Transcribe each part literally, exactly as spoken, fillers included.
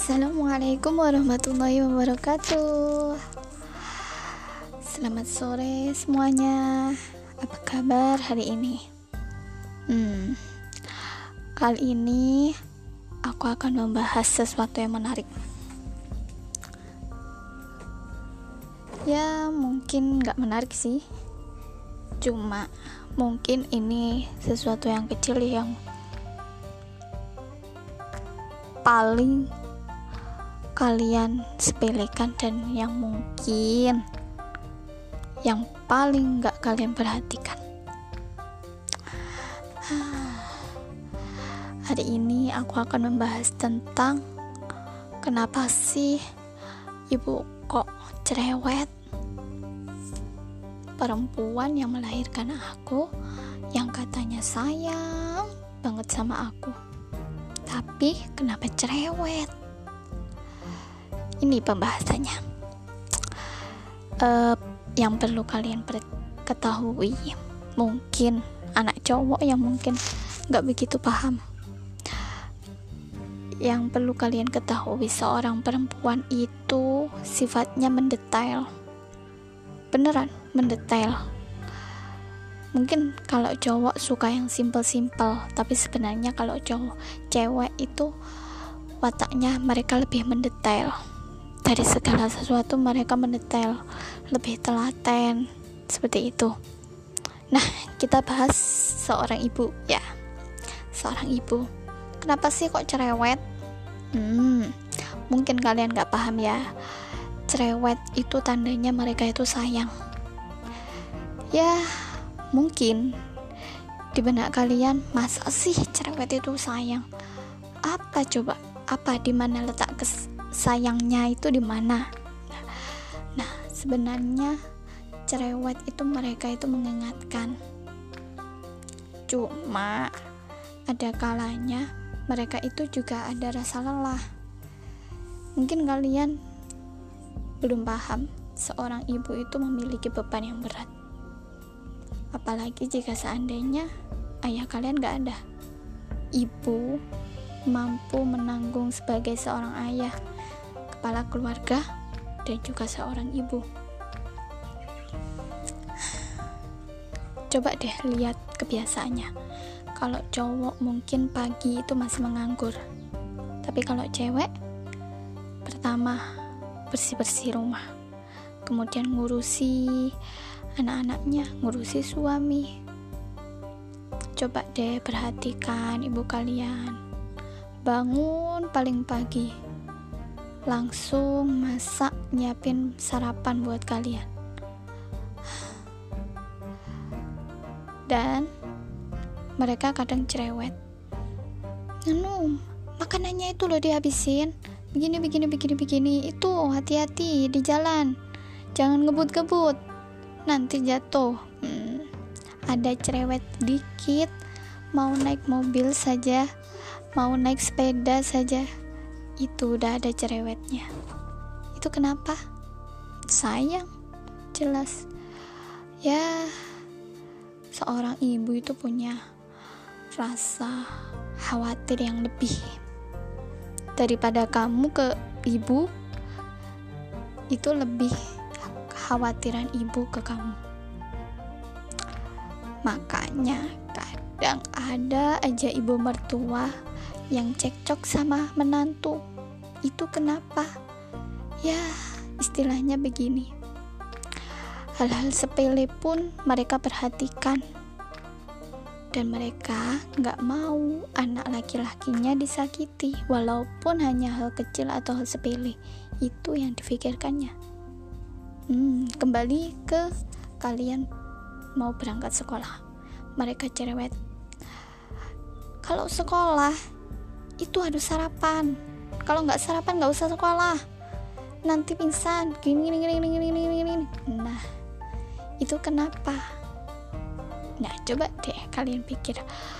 Assalamualaikum warahmatullahi wabarakatuh. Selamat sore semuanya. Apa kabar hari ini? Hmm, kali ini aku akan membahas sesuatu yang menarik. Ya, mungkin gak menarik sih. Cuma mungkin ini sesuatu yang kecil yang paling kalian sepelekan dan yang mungkin yang paling gak kalian perhatikan. Hari ini aku akan membahas tentang kenapa sih ibu kok cerewet. Perempuan yang melahirkan aku, yang katanya sayang banget sama aku, tapi kenapa cerewet? Ini pembahasannya. Uh, yang perlu kalian ketahui, mungkin anak cowok yang mungkin gak begitu paham. Yang perlu kalian ketahui, seorang perempuan itu sifatnya mendetail. Beneran mendetail. Mungkin kalau cowok suka yang simple-simple, tapi sebenarnya kalau cowok cewek itu wataknya mereka lebih mendetail. Dari segala sesuatu mereka mendetail, lebih telaten, seperti itu. Nah, kita bahas seorang ibu ya. Seorang ibu. Kenapa sih kok cerewet? Hmm, mungkin kalian gak paham ya. Cerewet itu tandanya mereka itu sayang. Ya, mungkin di benak kalian, masa sih cerewet itu sayang? Apa coba? Apa di mana letak kes- sayangnya itu di mana? Nah, nah, sebenarnya cerewet itu mereka itu mengingatkan. Cuma ada kalanya mereka itu juga ada rasa lelah. Mungkin kalian belum paham, seorang ibu itu memiliki beban yang berat. Apalagi jika seandainya ayah kalian gak ada. Ibu mampu menanggung sebagai seorang ayah, kepala keluarga, dan juga seorang ibu. Coba deh lihat kebiasaannya. Kalau cowok mungkin pagi itu masih menganggur, tapi kalau cewek, pertama bersih-bersih rumah, kemudian ngurusi anak-anaknya, ngurusi suami. Coba deh perhatikan ibu kalian, bangun paling pagi, langsung masak, nyiapin sarapan buat kalian. Dan mereka kadang cerewet. Anu, makanannya itu loh dihabisin. Begini, begini, begini, begini. Itu hati-hati di jalan. Jangan ngebut-ngebut. Nanti jatuh. Hmm, ada cerewet dikit. Mau naik mobil saja, mau naik sepeda saja, itu udah ada cerewetnya. Itu kenapa? Sayang. Jelas. Ya, seorang ibu itu punya rasa khawatir yang lebih. Daripada kamu ke ibu, itu lebih khawatiran ibu ke kamu. Makanya kadang ada aja ibu mertua yang cekcok sama menantu. Itu kenapa? Ya, istilahnya begini. Hal-hal sepele pun mereka perhatikan. Dan mereka gak mau anak laki-lakinya disakiti, walaupun hanya hal kecil atau hal sepele. Itu yang difikirkannya. Hmm, kembali ke kalian mau berangkat sekolah. Mereka cerewet. Kalau sekolah itu harus sarapan. Kalau gak sarapan gak usah sekolah. Nanti pingsan. Gini, gini, gini, gini, gini, gini. Nah, itu kenapa? Nah, coba deh kalian pikir.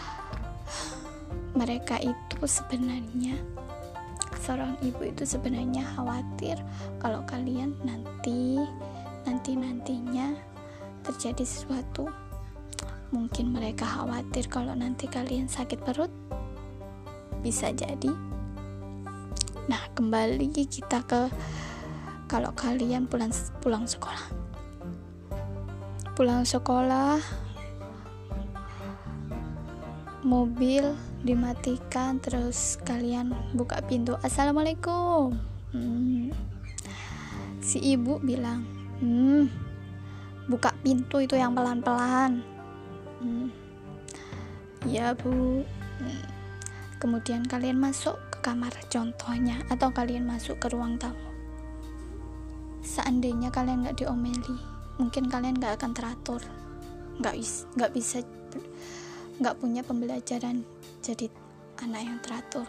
Mereka itu sebenarnya, seorang ibu itu sebenarnya khawatir kalau kalian nanti nanti nantinya terjadi sesuatu. Mungkin mereka khawatir kalau nanti kalian sakit perut, bisa jadi Nah, kembali kita ke kalau kalian pulang pulang sekolah. Pulang sekolah, mobil dimatikan, terus kalian buka pintu, assalamualaikum. Hmm. Si ibu bilang, hmm, buka pintu itu yang pelan-pelan. Hmm. Ya bu. Hmm. Kemudian kalian masuk ke kamar contohnya, atau kalian masuk ke ruang tamu. Seandainya kalian nggak diomeli, mungkin kalian nggak akan teratur, nggak bis, nggak bisa, nggak punya pembelajaran jadi anak yang teratur.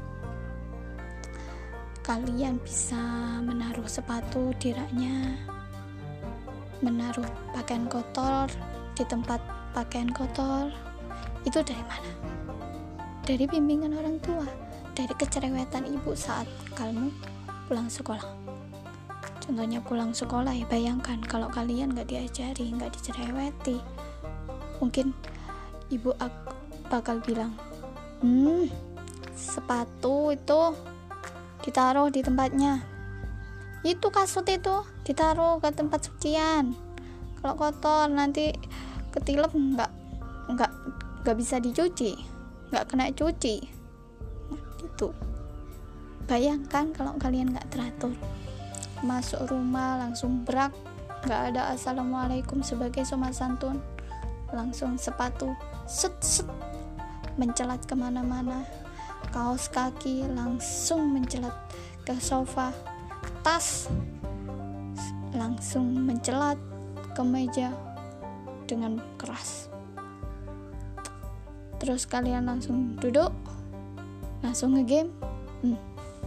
Kalian bisa menaruh sepatu di raknya, menaruh pakaian kotor di tempat pakaian kotor. Itu dari mana? Dari bimbingan orang tua, dari kecerewetan ibu saat kamu pulang sekolah. Contohnya pulang sekolah ya, bayangkan kalau kalian gak diajari, gak dicereweti, mungkin ibu bakal bilang, hmm, sepatu itu ditaruh di tempatnya, itu kasut itu ditaruh ke tempat sucian, kalau kotor nanti ketilep nggak nggak nggak bisa dicuci, nggak kena cuci. Nah, itu bayangkan kalau kalian nggak teratur, masuk rumah langsung brak, nggak ada assalamualaikum sebagai sopan santun, langsung sepatu set set mencelat kemana-mana, kaos kaki langsung mencelat ke sofa, tas langsung mencelat ke meja dengan keras. Terus kalian langsung duduk, langsung ngegame. hmm.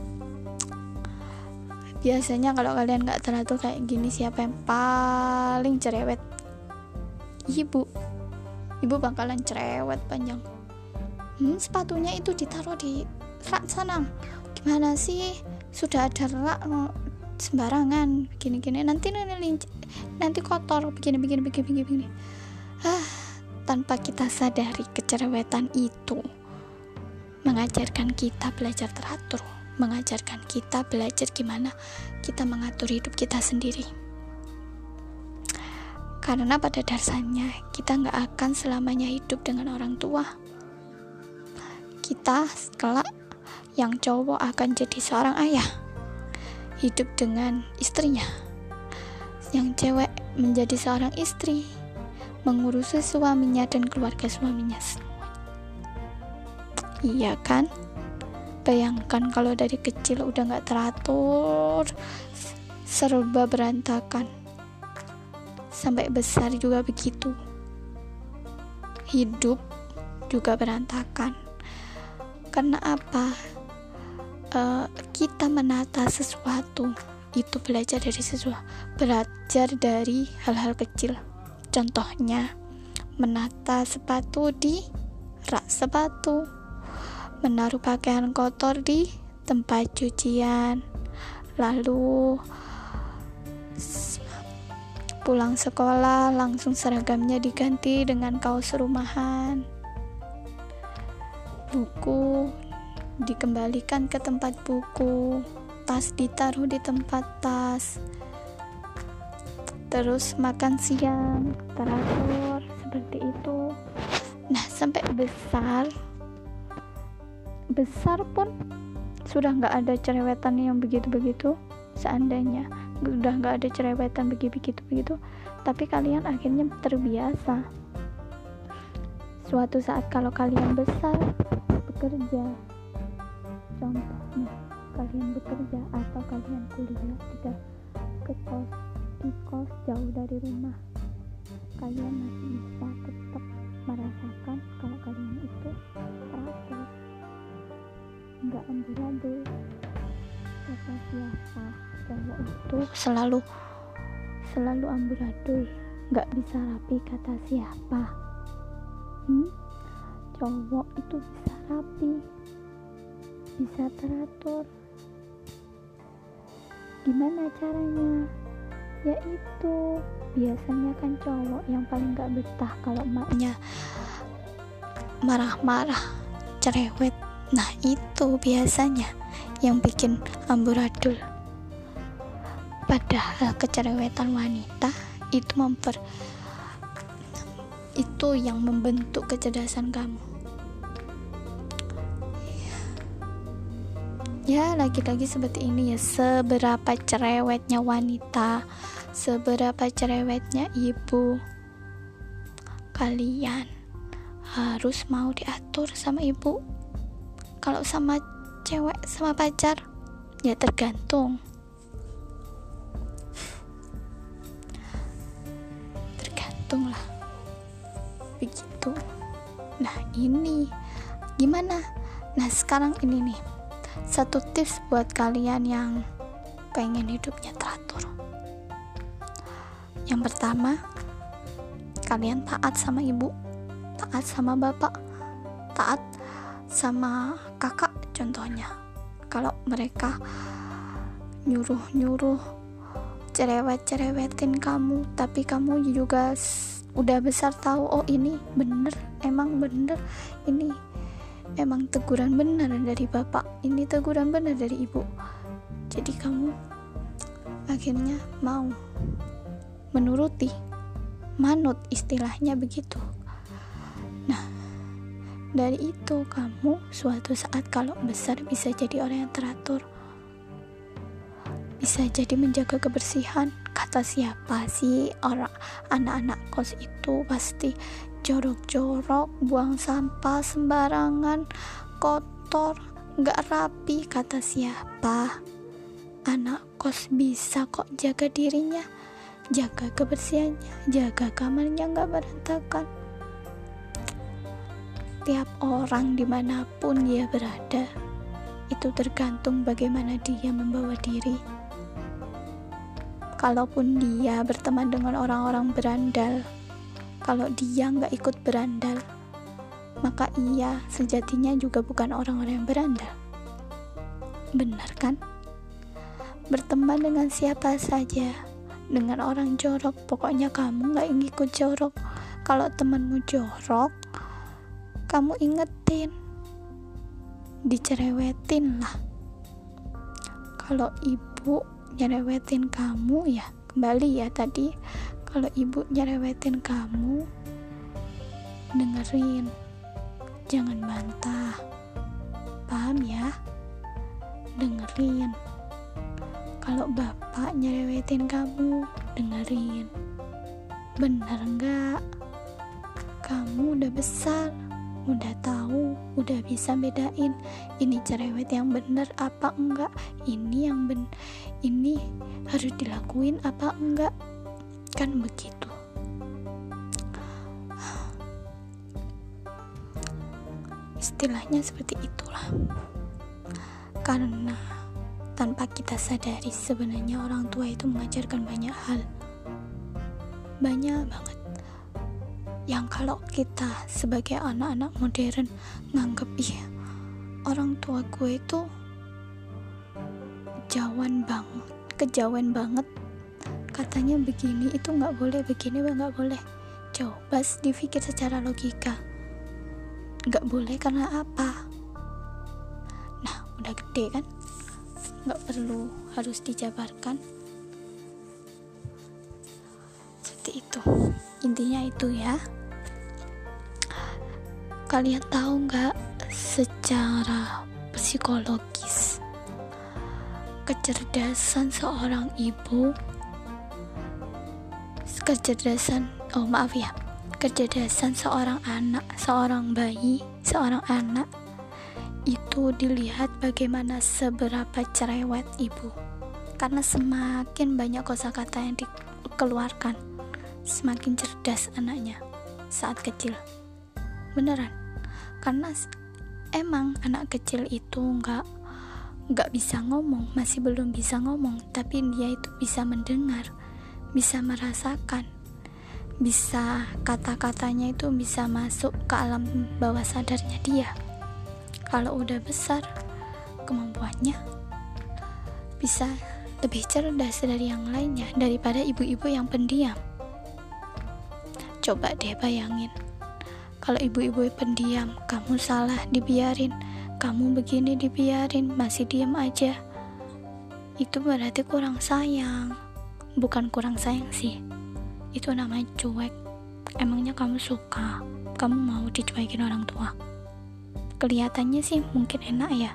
Biasanya kalau kalian gak teratur kayak gini, siapa yang paling cerewet? Ibu. Ibu bakalan cerewet panjang. Hmm, sepatunya itu ditaruh di rak sana. Gimana sih? Sudah ada rak sembarangan, begini-gini. Nanti nanti nanti kotor, begini-begini begini begini. Ah, tanpa kita sadari kecerewetan itu mengajarkan kita belajar teratur, mengajarkan kita belajar gimana kita mengatur hidup kita sendiri. Karena pada dasarnya kita gak akan selamanya hidup dengan orang tua. Kita kelak yang cowok akan jadi seorang ayah, hidup dengan istrinya. Yang cewek menjadi seorang istri, mengurusi suaminya dan keluarga suaminya semua. Iya kan? Bayangkan kalau dari kecil udah gak teratur, serba berantakan, sampai besar juga begitu, hidup juga berantakan. Karena apa? Uh, kita menata sesuatu itu belajar dari sesuatu, belajar dari hal-hal kecil. Contohnya menata sepatu di rak sepatu, menaruh pakaian kotor di tempat cucian, lalu pulang sekolah langsung seragamnya diganti dengan kaos rumahan, buku dikembalikan ke tempat buku, tas ditaruh di tempat tas, terus makan siang teratur seperti itu. Nah, sampai besar besar pun sudah nggak ada cerewetan yang begitu-begitu. Seandainya udah nggak ada cerewetan begitu-begitu, tapi kalian akhirnya terbiasa. Suatu saat kalau kalian besar bekerja, contohnya kalian bekerja atau kalian kuliah tidak ke kos, di kos jauh dari rumah, kalian masih bisa tetap merasakan kalau kalian itu teratur, nggak amburadul. Kata siapa? Cowok itu selalu selalu amburadul, nggak bisa rapi. Kata siapa? Hmm? Cowok itu bisa rapi, bisa teratur. Gimana caranya? Yaitu biasanya kan cowok yang paling gak betah kalau emaknya marah-marah, cerewet. Nah itu biasanya yang bikin amburadul. Padahal kecerewetan wanita itu memper itu yang membentuk kecerdasan kamu. Ya, lagi-lagi seperti ini ya, seberapa cerewetnya wanita, seberapa cerewetnya ibu, kalian harus mau diatur sama ibu. Kalau sama cewek, sama pacar, ya tergantung. Tergantung lah. Begitu. Nah, ini gimana? Nah, sekarang ini nih, satu tips buat kalian yang pengen hidupnya teratur. Yang pertama, kalian taat sama ibu, taat sama bapak, taat sama kakak contohnya. Kalau mereka nyuruh-nyuruh, cerewet-cerewetin kamu, tapi kamu juga udah besar tahu, oh ini bener, emang bener, ini emang teguran bener dari bapak, ini teguran bener dari ibu. Jadi kamu akhirnya mau menuruti, manut istilahnya begitu. Nah, dari itu kamu suatu saat kalau besar bisa jadi orang yang teratur, bisa jadi menjaga kebersihan. Kata siapa sih orang anak-anak kos itu pasti jorok-jorok, buang sampah sembarangan, kotor, gak rapi. Kata siapa? Anak kos bisa kok jaga dirinya, jaga kebersihannya, jaga kamarnya gak berantakan. Tiap orang dimanapun dia berada, itu tergantung bagaimana dia membawa diri. Kalaupun dia berteman dengan orang-orang berandal, kalau dia nggak ikut berandal, maka ia sejatinya juga bukan orang-orang yang berandal. Benar kan? Berteman dengan siapa saja, dengan orang jorok, pokoknya kamu nggak ingin ikut jorok. Kalau temanmu jorok, kamu ingetin, dicerewetin lah. Kalau ibu nyerewetin kamu, ya kembali ya tadi, kalau ibu nyerewetin kamu, dengerin, jangan bantah, paham ya? Dengerin. Kalau bapak nyerewetin kamu, dengerin, bener enggak? Kamu udah besar, udah tahu, udah bisa bedain ini cerewet yang bener apa enggak, ini yang ben ini harus dilakuin apa enggak, kan begitu. Istilahnya seperti itulah. Karena tanpa kita sadari sebenarnya orang tua itu mengajarkan banyak hal, banyak banget, yang kalau kita sebagai anak-anak modern nganggep, iya orang tua gue itu jauhan banget, kejauhan banget, katanya begini itu nggak boleh, begini nggak boleh. Coba dipikir secara logika, nggak boleh karena apa? Nah, udah gede kan, nggak perlu harus dijabarkan. Seperti itu, intinya itu ya. Kalian tahu nggak, secara psikologis kecerdasan seorang ibu, kecerdasan oh maaf ya kecerdasan seorang anak, seorang bayi, seorang anak itu dilihat bagaimana seberapa cerewet ibu. Karena semakin banyak kosakata yang dikeluarkan, semakin cerdas anaknya saat kecil. Beneran, karena emang anak kecil itu nggak nggak bisa ngomong, masih belum bisa ngomong, tapi dia itu bisa mendengar, bisa merasakan, bisa kata-katanya itu bisa masuk ke alam bawah sadarnya dia. Kalau udah besar, kemampuannya bisa lebih cerdas dari yang lainnya, daripada ibu-ibu yang pendiam. Coba deh bayangin, kalau ibu-ibu pendiam, kamu salah dibiarin, kamu begini dibiarin, masih diem aja, itu berarti kurang sayang. Bukan kurang sayang sih, itu namanya cuek. Emangnya kamu suka, kamu mau dicuekin orang tua? Kelihatannya sih mungkin enak ya,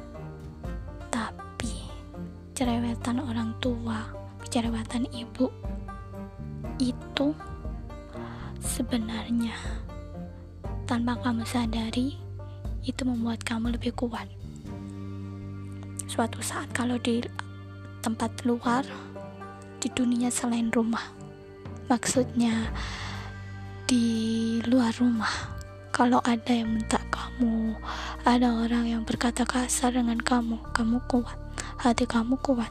tapi cerewetan orang tua, cerewetan ibu itu sebenarnya tanpa kamu sadari itu membuat kamu lebih kuat. Suatu saat kalau di tempat luar, di dunia selain rumah, maksudnya di luar rumah, kalau ada yang bentak kamu, ada orang yang berkata kasar dengan kamu, kamu kuat, hati kamu kuat.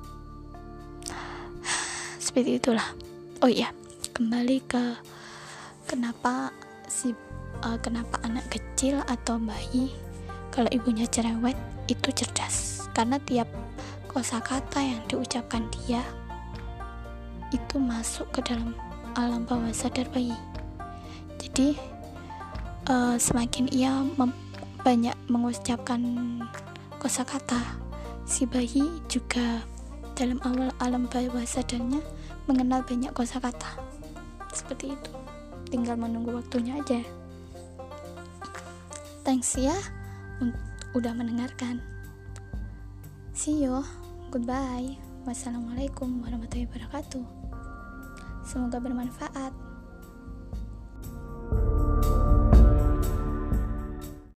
Seperti itulah. Oh iya, kembali ke kenapa si uh, kenapa anak kecil atau bayi kalau ibunya cerewet itu cerdas, karena tiap kosakata yang diucapkan dia itu masuk ke dalam alam bawah sadar bayi. Jadi uh, semakin ia mem- banyak mengucapkan kosakata, si bayi juga dalam awal alam bawah sadarnya mengenal banyak kosakata. Seperti itu, tinggal menunggu waktunya aja. Thanks ya un- udah mendengarkan. See you, goodbye. Wassalamualaikum warahmatullahi wabarakatuh. Semoga bermanfaat.